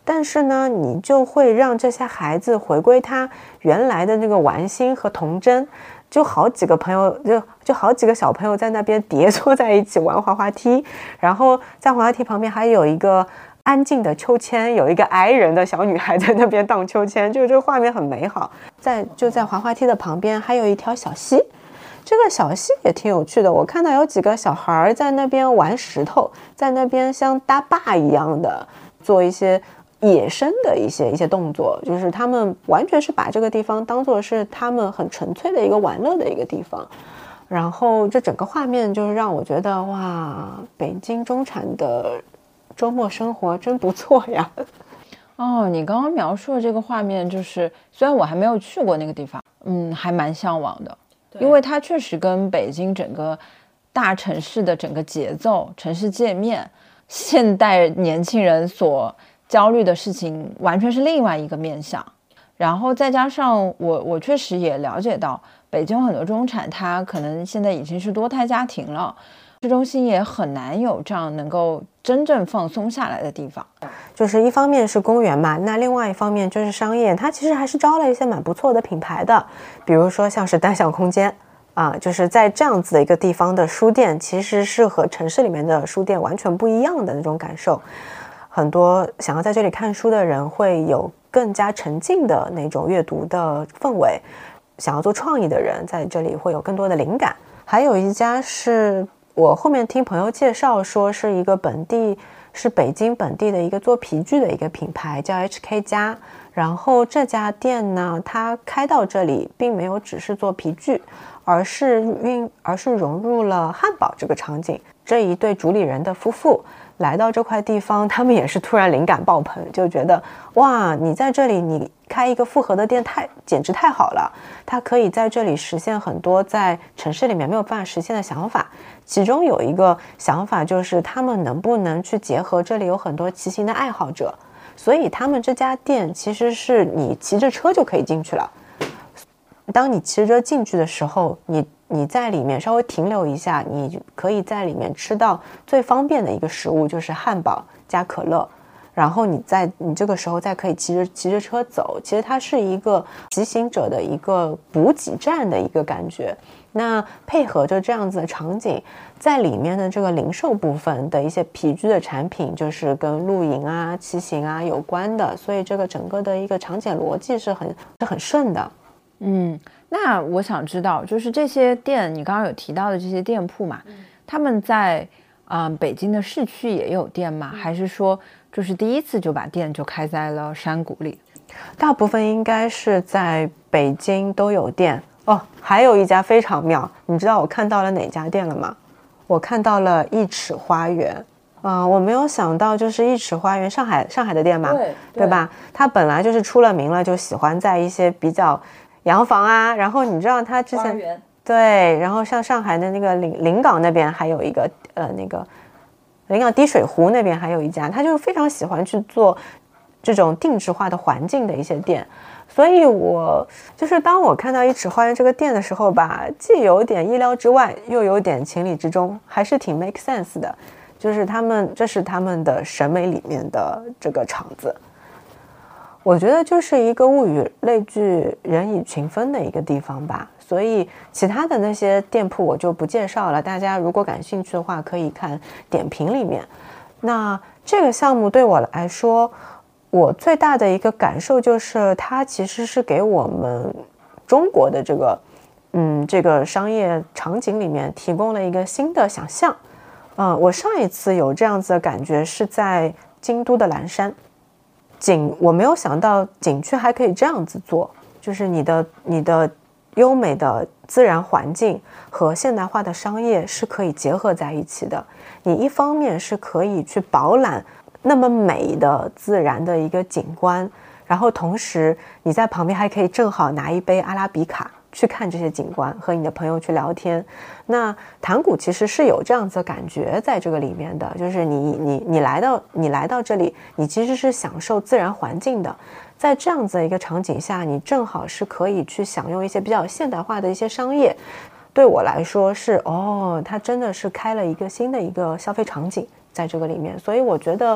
但是呢，你就会让这些孩子回归他原来的那个玩心和童真。就好几个朋友，就好几个小朋友在那边叠坐在一起玩滑滑梯，然后在滑滑梯旁边还有一个安静的秋千，有一个矮人的小女孩在那边荡秋千，就是这个画面很美好。就在滑滑梯的旁边还有一条小溪，这个小溪也挺有趣的。我看到有几个小孩在那边玩石头，在那边像搭坝一样的做一些野生的一些动作，就是他们完全是把这个地方当作是他们很纯粹的一个玩乐的一个地方。然后这整个画面就是让我觉得，哇，北京中产的周末生活真不错呀。 哦，你刚刚描述的这个画面，就是虽然我还没有去过那个地方，还蛮向往的，因为它确实跟北京整个大城市的整个节奏、城市界面、现代年轻人所焦虑的事情完全是另外一个面向。然后再加上我确实也了解到，北京有很多中产他可能现在已经是多胎家庭了，市中心也很难有这样能够真正放松下来的地方。 就是一方面是公园嘛，那另外一方面就是商业，它其实还是招了一些蛮不错的品牌的，比如说像是单向空间啊，就是在这样子的一个地方的书店，其实是和城市里面的书店完全不一样的那种感受。很多想要在这里看书的人会有更加沉浸的那种阅读的氛围，想要做创意的人在这里会有更多的灵感。还有一家是我后面听朋友介绍说是一个北京本地的一个做皮具的一个品牌，叫 HK 家。然后这家店呢，它开到这里并没有只是做皮具，而是融入了汉堡这个场景。这一对主理人的夫妇来到这块地方，他们也是突然灵感爆棚，就觉得哇，你在这里你开一个复合的店简直太好了，它可以在这里实现很多在城市里面没有办法实现的想法。其中有一个想法就是他们能不能去结合这里有很多骑行的爱好者，所以他们这家店其实是你骑着车就可以进去了。当你骑着车进去的时候，你在里面稍微停留一下，你可以在里面吃到最方便的一个食物，就是汉堡加可乐。然后你这个时候再可以骑着车走，其实它是一个骑行者的一个补给站的一个感觉。那配合着这样子的场景，在里面的这个零售部分的一些皮具的产品，就是跟露营啊、骑行啊有关的，所以这个整个的一个场景逻辑是很顺的。 那我想知道，就是这些店，你刚刚有提到的这些店铺嘛，他们在北京的市区也有店吗？还是说就是第一次就把店就开在了山谷里？ 大部分应该是在北京都有店哦。还有一家非常妙，你知道我看到了哪家店了吗？我看到了一尺花园。我没有想到，就是一尺花园，上海的店嘛，对吧？它本来就是出了名了，就喜欢在一些比较洋房啊，然后你知道它之前对，然后像上海的那个临港那边还有一个那个临港滴水湖那边还有一家，他就非常喜欢去做这种定制化的环境的一些店。所以我就是当我看到一尺花园这个店的时候吧，既有点意料之外，又有点情理之中，还是挺 make sense 的。就是这是他们的审美里面的这个场子。我觉得就是一个物以类聚，人以群分的一个地方吧。所以其他的那些店铺我就不介绍了，大家如果感兴趣的话可以看点评里面。那这个项目对我来说，我最大的一个感受就是它其实是给我们中国的这个商业场景里面提供了一个新的想象。我上一次有这样子的感觉是在京都的岚山我没有想到景区还可以这样子做，就是你的优美的自然环境和现代化的商业是可以结合在一起的。你一方面是可以去饱览那么美的自然的一个景观，然后同时你在旁边还可以正好拿一杯阿拉比卡去看这些景观，和你的朋友去聊天。那潭谷其实是有这样子的感觉在这个里面的，就是你来到这里，你其实是享受自然环境的。在这样子的一个场景下，你正好是可以去享用一些比较现代化的一些商业。对我来说是它真的是开了一个新的一个消费场景在这个里面。所以我觉得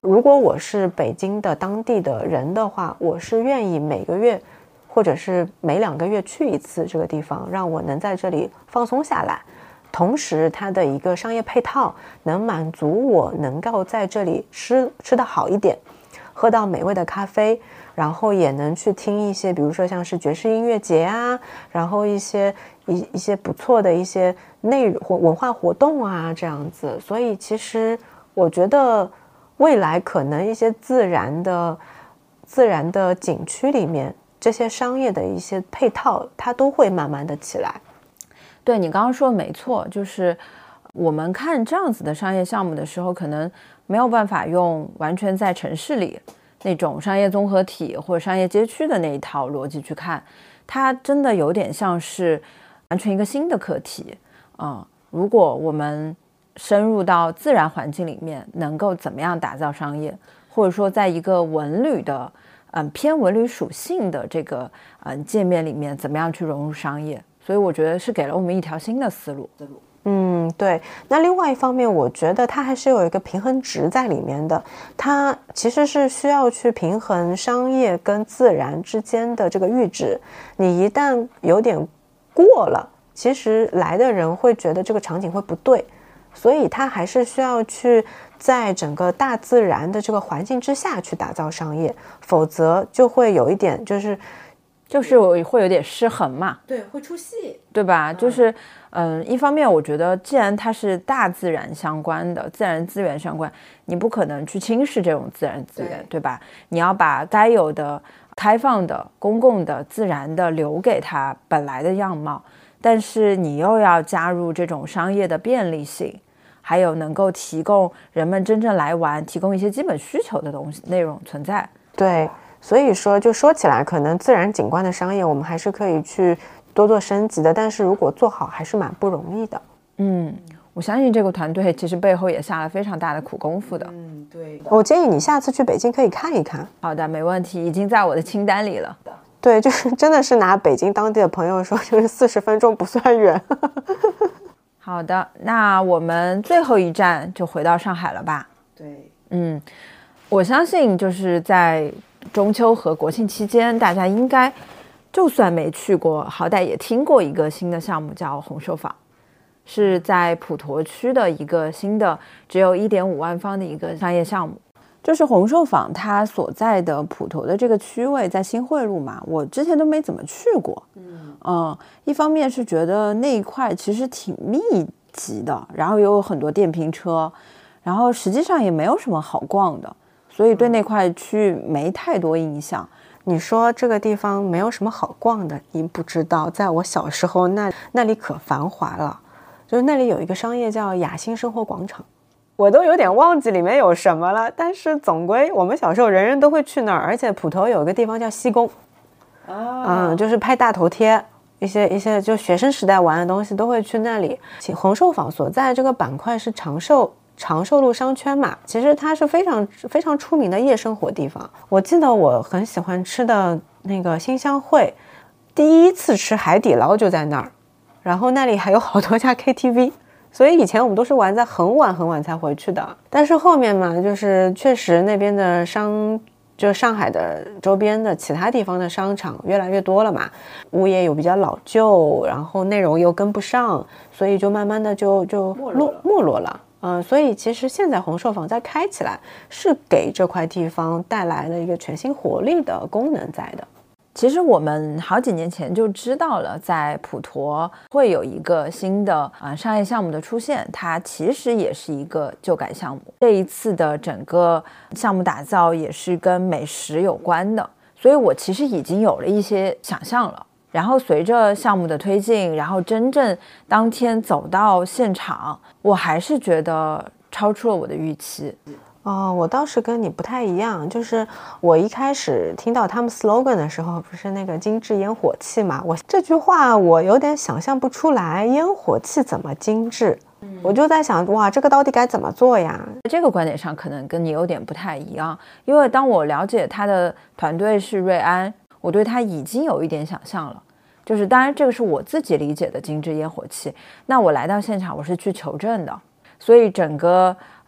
如果我是北京的当地的人的话，我是愿意每个月或者是每2个月去一次这个地方，让我能在这里放松下来，同时它的一个商业配套能满足我能够在这里吃得好一点，喝到美味的咖啡，然后也能去听一些比如说像是爵士音乐节啊，然后一些不错的一些内容文化活动啊这样子。所以其实我觉得未来可能一些自然的景区里面，这些商业的一些配套它都会慢慢的起来。 对，你刚刚说的没错，就是我们看这样子的商业项目的时候，可能没有办法用完全在城市里那种商业综合体或者商业街区的那一套逻辑去看，它真的有点像是完全一个新的课题。如果我们深入到自然环境里面，能够怎么样打造商业，或者说在一个文旅的偏文旅属性的这个界面里面，怎么样去融入商业，所以我觉得是给了我们一条新的思路。 对。那另外一方面，我觉得它还是有一个平衡值在里面的，它其实是需要去平衡商业跟自然之间的这个阈值。你一旦有点过了，其实来的人会觉得这个场景会不对，所以它还是需要去在整个大自然的这个环境之下去打造商业，否则就会有一点就是会有点失衡嘛。 对，会出戏， 对吧？就是一方面我觉得既然它是大自然相关的，自然资源相关，你不可能去轻视这种自然资源， 对吧？你要把该有的开放的公共的自然的留给它本来的样貌，但是你又要加入这种商业的便利性，还有能够提供人们真正来玩，提供一些基本需求的东西内容存在。 对，所以说就说起来，可能自然景观的商业我们还是可以去多做升级的，但是如果做好还是蛮不容易的。 我相信这个团队其实背后也下了非常大的苦功夫的。 对，我建议你下次去北京可以看一看。 好的，没问题，已经在我的清单里了。 对，就是真的是拿北京当地的朋友说，就是40分钟不算远。 好的，那我们最后一站就回到上海了吧？ 对， 我相信就是在中秋和国庆期间，大家应该就算没去过，好歹也听过一个新的项目叫红寿坊，是在普陀区的一个新的只有1.5万方的一个商业项目。就是红寿坊它所在的普陀的这个区位在新汇路嘛，我之前都没怎么去过。一方面是觉得那一块其实挺密集的，然后有很多电瓶车，然后实际上也没有什么好逛的，所以对那块区域没太多印象。 你说这个地方没有什么好逛的，你不知道，在我小时候那里可繁华了，就是那里有一个商业叫雅欣生活广场，我都有点忘记里面有什么了，但是总归我们小时候人人都会去那儿。而且普陀有一个地方叫西宫，就是拍大头贴，一些就学生时代玩的东西都会去那里。红寿坊所在这个板块是长寿路商圈嘛，其实它是非常非常出名的夜生活地方。我记得我很喜欢吃的那个新乡会，第一次吃海底捞就在那儿，然后那里还有好多家 KTV， 所以以前我们都是玩在很晚很晚才回去的。但是后面嘛，就是确实那边的就上海的周边的其他地方的商场越来越多了嘛，物业又比较老旧，然后内容又跟不上，所以就慢慢的就没落了。所以其实现在红寿坊再开起来，是给这块地方带来了一个全新活力的功能在的。 其实我们好几年前就知道了，在普陀会有一个新的商业项目的出现，它其实也是一个旧改项目。这一次的整个项目打造也是跟美食有关的，所以我其实已经有了一些想象了。然后随着项目的推进，然后真正当天走到现场，我还是觉得超出了我的预期。 我倒是跟你不太一样，就是我一开始听到他们 slogan 的时候，不是那个精致烟火气嘛，这句话我有点想象不出来，烟火气怎么精致？我就在想，哇，这个到底该怎么做呀？ 这个观点上可能跟你有点不太一样，因为当我了解他的团队是瑞安，我对他已经有一点想象了。就是当然这个是我自己理解的精致烟火气，那我来到现场我是去求证的，所以整个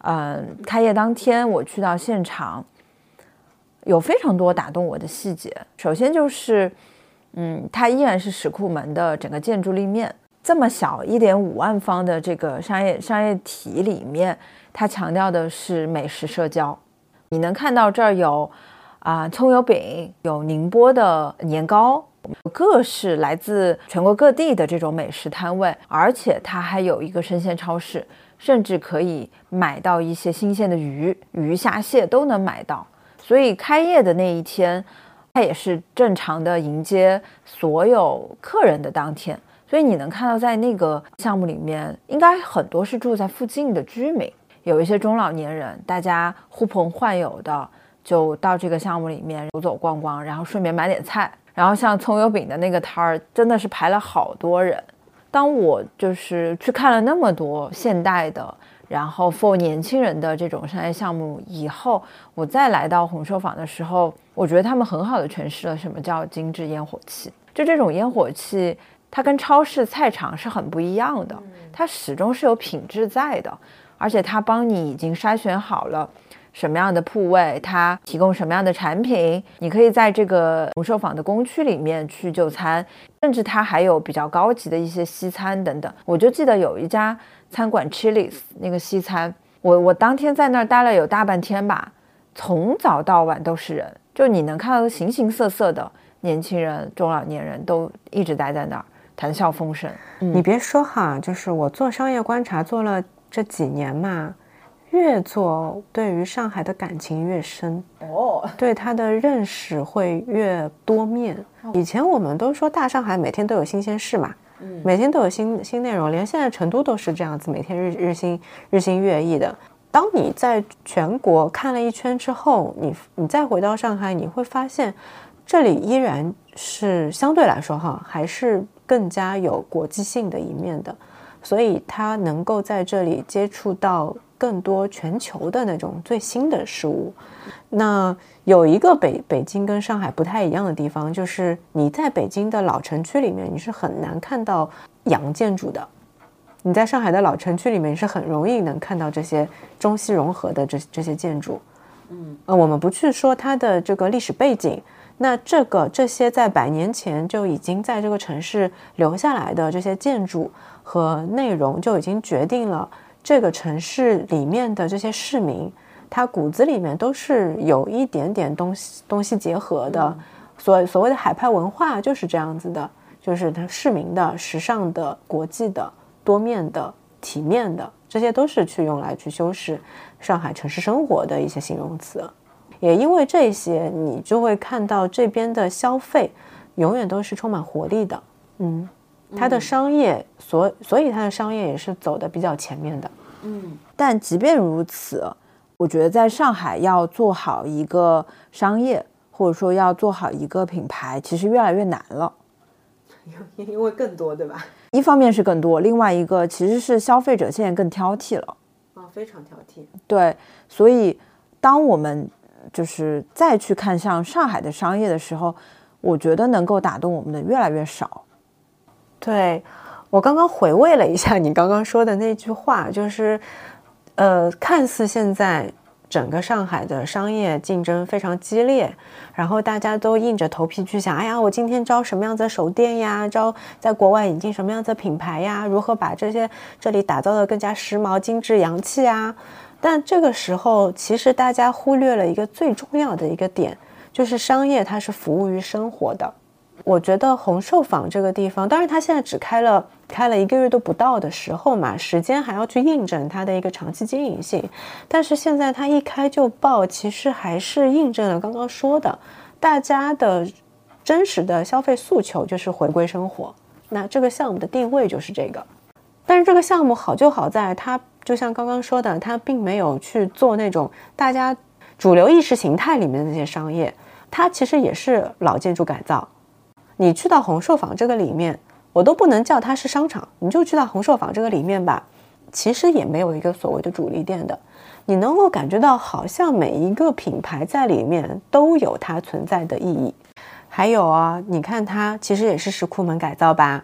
开业当天我去到现场，有非常多打动我的细节。首先就是它依然是石库门的整个建筑立面，这么小1.5万方的这个商业体里面，它强调的是美食社交。你能看到这儿有葱油饼，有宁波的年糕，各式来自全国各地的这种美食摊位，而且它还有一个生鲜超市，甚至可以买到一些新鲜的鱼虾蟹都能买到。所以开业的那一天，它也是正常的迎接所有客人的当天。所以你能看到在那个项目里面，应该很多是住在附近的居民，有一些中老年人，大家呼朋唤友的就到这个项目里面走走逛逛，然后顺便买点菜。然后像葱油饼的那个摊儿，真的是排了好多人。当我就是去看了那么多现代的，然后 for 年轻人的这种商业项目以后，我再来到红寿坊的时候，我觉得他们很好的诠释了什么叫精致烟火气。就这种烟火气，它跟超市菜场是很不一样的，它始终是有品质在的，而且它帮你已经筛选好了什么样的铺位，它提供什么样的产品，你可以在这个红寿坊的工区里面去就餐，甚至它还有比较高级的一些西餐等等。我就记得有一家餐馆 Chili's 那个西餐，我当天在那儿待了有大半天吧，从早到晚都是人，就你能看到形形色色的年轻人、中老年人都一直待在那儿谈笑风生。 你别说哈，就是我做商业观察做了这几年嘛，越做对于上海的感情越深对它的认识会越多面。以前我们都说大上海每天都有新鲜事嘛，每天都有新内容，连现在成都都是这样子，每天日新月异的。当你在全国看了一圈之后，你再回到上海，你会发现这里依然是相对来说哈，还是更加有国际性的一面的，所以它能够在这里接触到更多全球的那种最新的事物。那有一个北京跟上海不太一样的地方，就是你在北京的老城区里面，你是很难看到洋建筑的。你在上海的老城区里面是很容易能看到这些中西融合的这些建筑。我们不去说它的这个历史背景，那这些在100年前就已经在这个城市留下来的这些建筑和内容，就已经决定了这个城市里面的这些市民，他骨子里面都是有一点点东西结合的。所谓的海派文化就是这样子的，就是它市民的、时尚的、国际的、多面的、体面的，这些都是去用来去修饰上海城市生活的一些形容词。也因为这些，你就会看到这边的消费永远都是充满活力的。它的商业所以它的商业也是走得比较前面的。 但即便如此，我觉得在上海要做好一个商业，或者说要做好一个品牌，其实越来越难了。 因为更多，对吧？ 一方面是更多，另外一个其实是消费者现在更挑剔了。 非常挑剔。 对，所以当我们就是再去看像上海的商业的时候，我觉得能够打动我们的越来越少。 对，我刚刚回味了一下你刚刚说的那句话，就是看似现在整个上海的商业竞争非常激烈，然后大家都硬着头皮去想，哎呀，我今天招什么样子的手店呀，招在国外引进什么样子的品牌呀，如何把这里打造的更加时髦、精致、洋气啊。但这个时候其实大家忽略了一个最重要的一个点，就是商业它是服务于生活的。我觉得红寿坊这个地方，当然它现在只开了1个月都不到的时候嘛，时间还要去印证它的一个长期经营性。但是现在它一开就爆，其实还是印证了刚刚说的，大家的真实的消费诉求就是回归生活。那这个项目的定位就是这个。但是这个项目好就好在它就像刚刚说的，它并没有去做那种大家主流意识形态里面的那些商业，它其实也是老建筑改造。你去到红寿坊这个里面，我都不能叫它是商场，你就去到红寿坊这个里面吧，其实也没有一个所谓的主力店的。你能够感觉到好像每一个品牌在里面都有它存在的意义。还有啊，你看它其实也是石库门改造吧，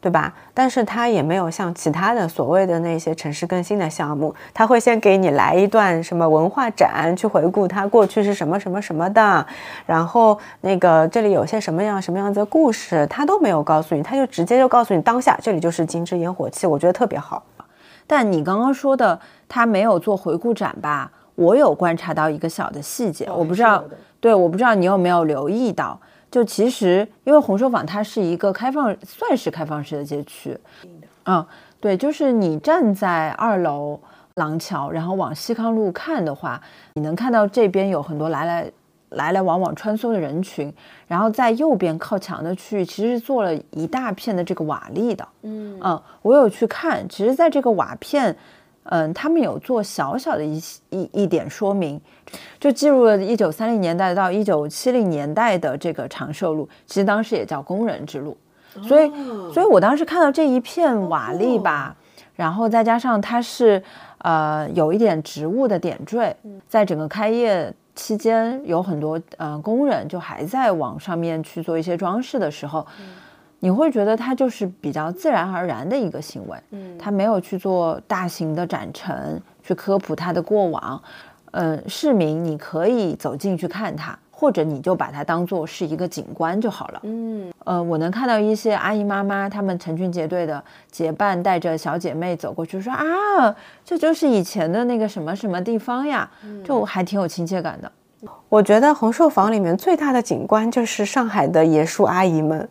对吧？但是它也没有像其他的所谓的那些城市更新的项目，它会先给你来一段什么文化展，去回顾它过去是什么什么什么的，然后那个这里有些什么样子的故事，它都没有告诉你，它就直接就告诉你当下这里就是金枝烟火气，我觉得特别好。 但你刚刚说的他没有做回顾展吧，我有观察到一个小的细节，我不知道，对，我不知道你有没有留意到，就其实因为红寿坊它是一个算是开放式的街区，对，就是你站在2楼廊桥，然后往西康路看的话，你能看到这边有很多来来往往穿梭的人群，然后在右边靠墙的区域其实做了一大片的这个瓦砾的，我有去看，其实在这个瓦片他们有做小小的一点说明，就记录了1930年代到1970年代的这个长寿路，其实当时也叫工人之路，所以我当时看到这一片瓦砾吧，然后再加上它是有一点植物的点缀，在整个开业期间有很多工人就还在往上面去做一些装饰的时候，你会觉得它就是比较自然而然的一个行为，它没有去做大型的展陈去科普它的过往，市民你可以走进去看它，或者你就把它当做是一个景观就好了。我能看到一些阿姨妈妈他们成群结队的结伴带着小姐妹走过去说啊，这就是以前的那个什么什么地方呀，就还挺有亲切感的。 我觉得红寿坊里面最大的景观就是上海的爷叔阿姨们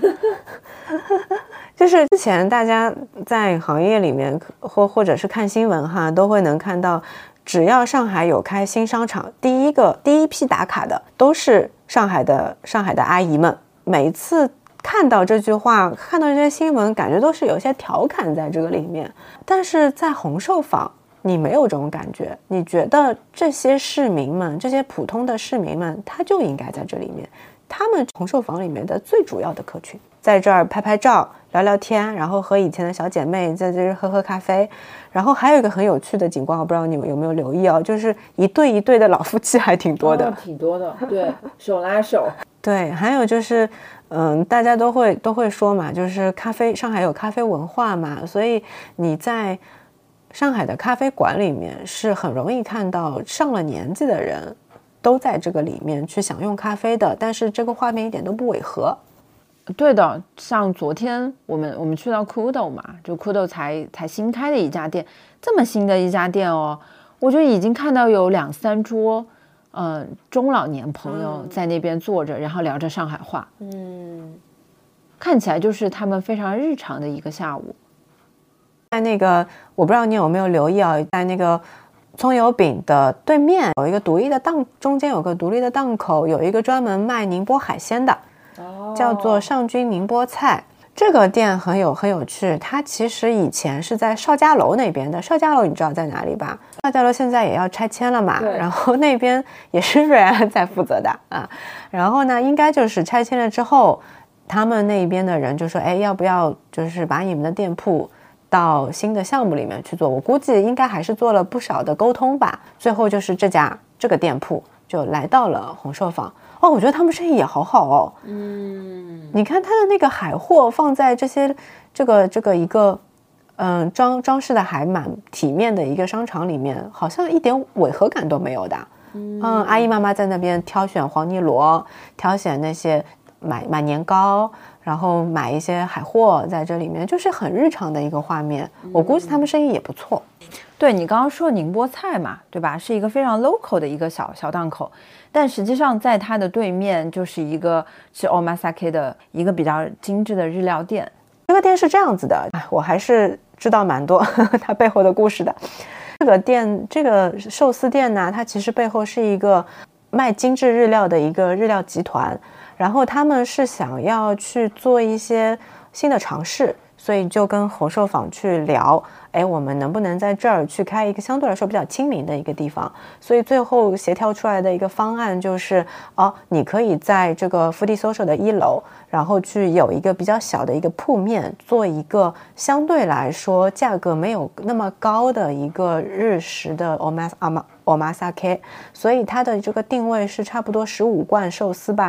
就是之前大家在行业里面或者是看新闻哈，都会能看到，只要上海有开新商场，第一批打卡的都是上海的阿姨们。每一次看到这句话，看到这些新闻，感觉都是有些调侃在这个里面。但是在红寿坊你没有这种感觉，你觉得这些市民们，这些普通的市民们，他就应该在这里面，他们红寿坊里面的最主要的客群，在这儿拍拍照聊聊天，然后和以前的小姐妹在这儿喝咖啡。然后还有一个很有趣的景观，我不知道你们有没有留意哦，就是一对一对的老夫妻还挺多的， 挺多的，对，手拉手。 对，还有就是大家都会说嘛，就是上海有咖啡文化嘛，所以你在上海的咖啡馆里面是很容易看到上了年纪的人都在这个里面去享用咖啡的，但是这个画面一点都不违和。 对的，像昨天我们去到 Kudo 嘛，就 Kudo 才新开的一家店，这么新的一家店哦，我就已经看到有2-3桌中老年朋友在那边坐着，然后聊着上海话，看起来就是他们非常日常的一个下午。 在那个我不知道你有没有留意啊，在那个葱油饼的对面有一个独立的档，中间有个独立的档口，有一个专门卖宁波海鲜的，叫做上君宁波菜。这个店很有趣，它其实以前是在邵家楼那边的。邵家楼你知道在哪里吧？邵家楼现在也要拆迁了嘛，然后那边也是瑞安在负责的啊。然后呢，应该就是拆迁了之后，他们那边的人就说，哎，要不要就是把你们的店铺到新的项目里面去做？我估计应该还是做了不少的沟通吧。最后就是这个店铺就来到了红寿坊。我觉得他们生意也好好哦。你看他的那个海货放在这个一个装饰的还蛮体面的一个商场里面，好像一点违和感都没有的。阿姨妈妈在那边挑选黄泥螺，挑选那些买年糕，然后买一些海货在这里面，就是很日常的一个画面。我估计他们生意也不错。 对，你刚刚说宁波菜嘛，对吧？是一个非常 local 的一个小档口，但实际上在它的对面就是一个是 Omasake 的一个比较精致的日料店。 这个店是这样子的，我还是知道蛮多它背后的故事的。这个寿司店呢，它其实背后是一个卖精致日料的一个日料集团，然后他们是想要去做一些新的尝试，所以就跟红寿坊去聊，我们能不能在这儿去开一个相对来说比较亲民的一个地方。所以最后协调出来的一个方案就是你可以在这个 Foodie Social 的1楼，然后去有一个比较小的一个铺面，做一个相对来说价格没有那么高的一个日食的 omasake， 所以它的这个定位是差不多15贯寿司吧，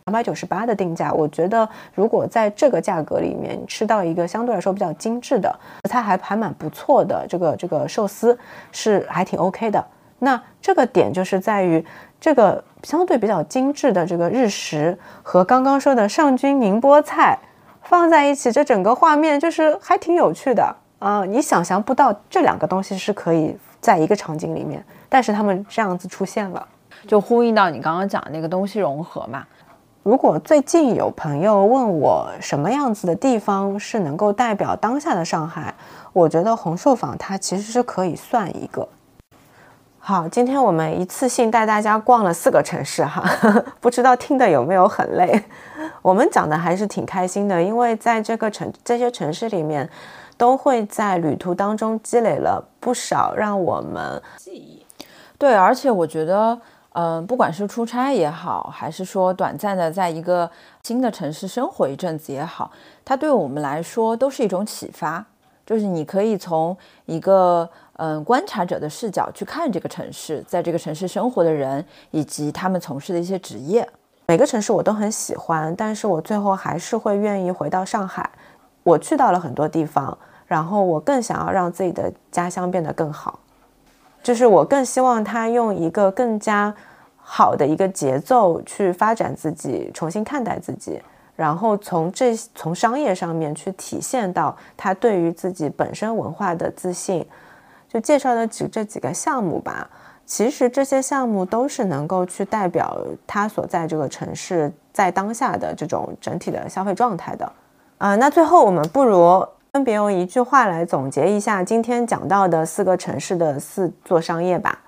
298的定价，我觉得如果在这个价格里面吃到一个相对来说比较精致的，它还蛮不错的这个寿司是还挺 OK 的。那这个点就是在于这个相对比较精致的这个日食和刚刚说的上军宁波菜放在一起，这整个画面就是还挺有趣的你想象不到这两个东西是可以在一个场景里面，但是他们这样子出现了， 就呼应到你刚刚讲的那个东西融合嘛。 如果最近有朋友问我什么样子的地方是能够代表当下的上海，我觉得红寿坊它其实是可以算一个。好，今天我们一次性带大家逛了4个城市哈，不知道听的有没有很累？我们讲的还是挺开心的，因为在这些城市里面，都会在旅途当中积累了不少让我们记忆。 对，而且我觉得，不管是出差也好，还是说短暂的在一个新的城市生活一阵子也好，它对我们来说都是一种启发。就是你可以从一个观察者的视角去看这个城市，在这个城市生活的人以及他们从事的一些职业。 每个城市我都很喜欢，但是我最后还是会愿意回到上海。我去到了很多地方，然后我更想要让自己的家乡变得更好，就是我更希望它用一个更加好的一个节奏去发展自己，重新看待自己，然后从商业上面去体现到他对于自己本身文化的自信。就介绍的这几个项目吧，其实这些项目都是能够去代表他所在这个城市在当下的这种整体的消费状态的。那最后我们不如分别用一句话来总结一下今天讲到的4个城市的4座商业吧。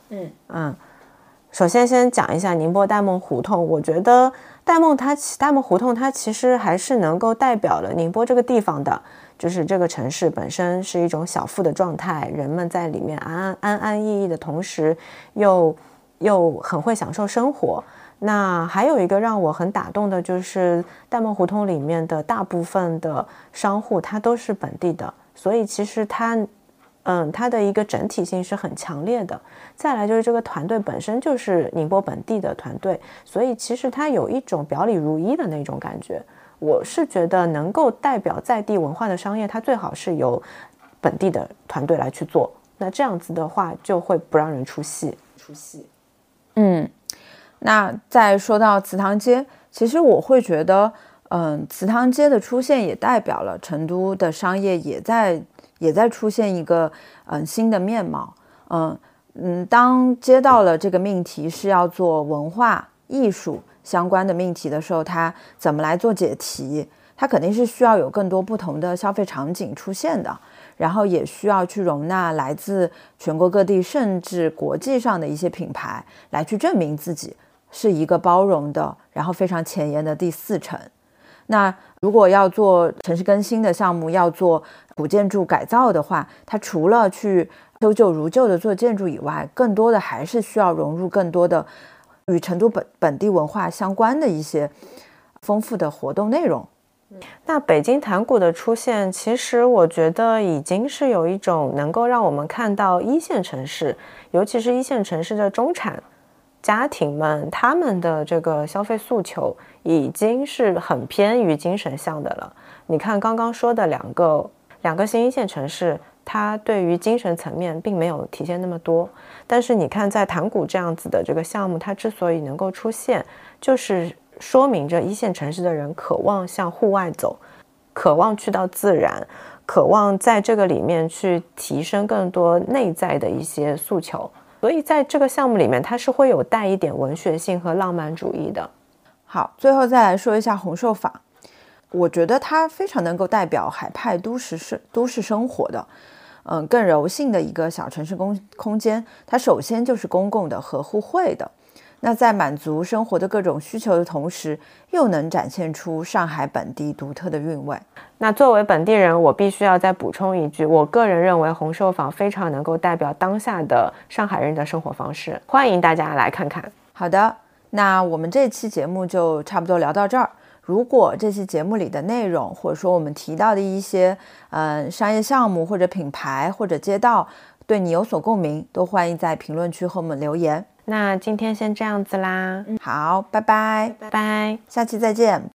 首先讲一下宁波戴梦胡同，我觉得戴梦胡同它其实还是能够代表了宁波这个地方的，就是这个城市本身是一种小富的状态，人们在里面安安逸逸的同时又很会享受生活。那还有一个让我很打动的就是戴梦胡同里面的大部分的商户它都是本地的，所以其实它的一个整体性是很强烈的。再来就是这个团队本身就是宁波本地的团队，所以其实它有一种表里如一的那种感觉。我是觉得能够代表在地文化的商业，它最好是由本地的团队来去做，那这样子的话就会不让人出戏。 那再说到祠堂街，其实我会觉得祠堂街的出现也代表了成都的商业也在出现一个新的面貌。当接到了这个命题是要做文化艺术相关的命题的时候，它怎么来做解题？它肯定是需要有更多不同的消费场景出现的，然后也需要去容纳来自全国各地甚至国际上的一些品牌来去证明自己是一个包容的，然后非常前沿的第4城。那如果要做城市更新的项目，要做古建筑改造的话，它除了去修旧如旧的做建筑以外，更多的还是需要融入更多的与成都本地文化相关的一些丰富的活动内容。 那北京坛谷的出现，其实我觉得已经是有一种能够让我们看到1线城市，尤其是1线城市的中产家庭们，他们的这个消费诉求已经是很偏于精神向的了。你看刚刚说的两个新1线城市，它对于精神层面并没有体现那么多，但是你看在坛谷这样子的这个项目，它之所以能够出现，就是说明着1线城市的人渴望向户外走，渴望去到自然，渴望在这个里面去提升更多内在的一些诉求。所以在这个项目里面，它是会有带一点文学性和浪漫主义的。 好，最后再来说一下红寿坊，我觉得它非常能够代表海派都市生活的更柔性的一个小城市空间。它首先就是公共的和互惠的，那在满足生活的各种需求的同时，又能展现出上海本地独特的韵味。 那作为本地人，我必须要再补充一句，我个人认为红寿坊非常能够代表当下的上海人的生活方式，欢迎大家来看看。 好的，那我们这期节目就差不多聊到这儿。如果这期节目里的内容，或者说我们提到的一些商业项目或者品牌或者街道对你有所共鸣，都欢迎在评论区和我们留言。 那今天先这样子啦， 好，拜拜， 拜拜。 下期再见。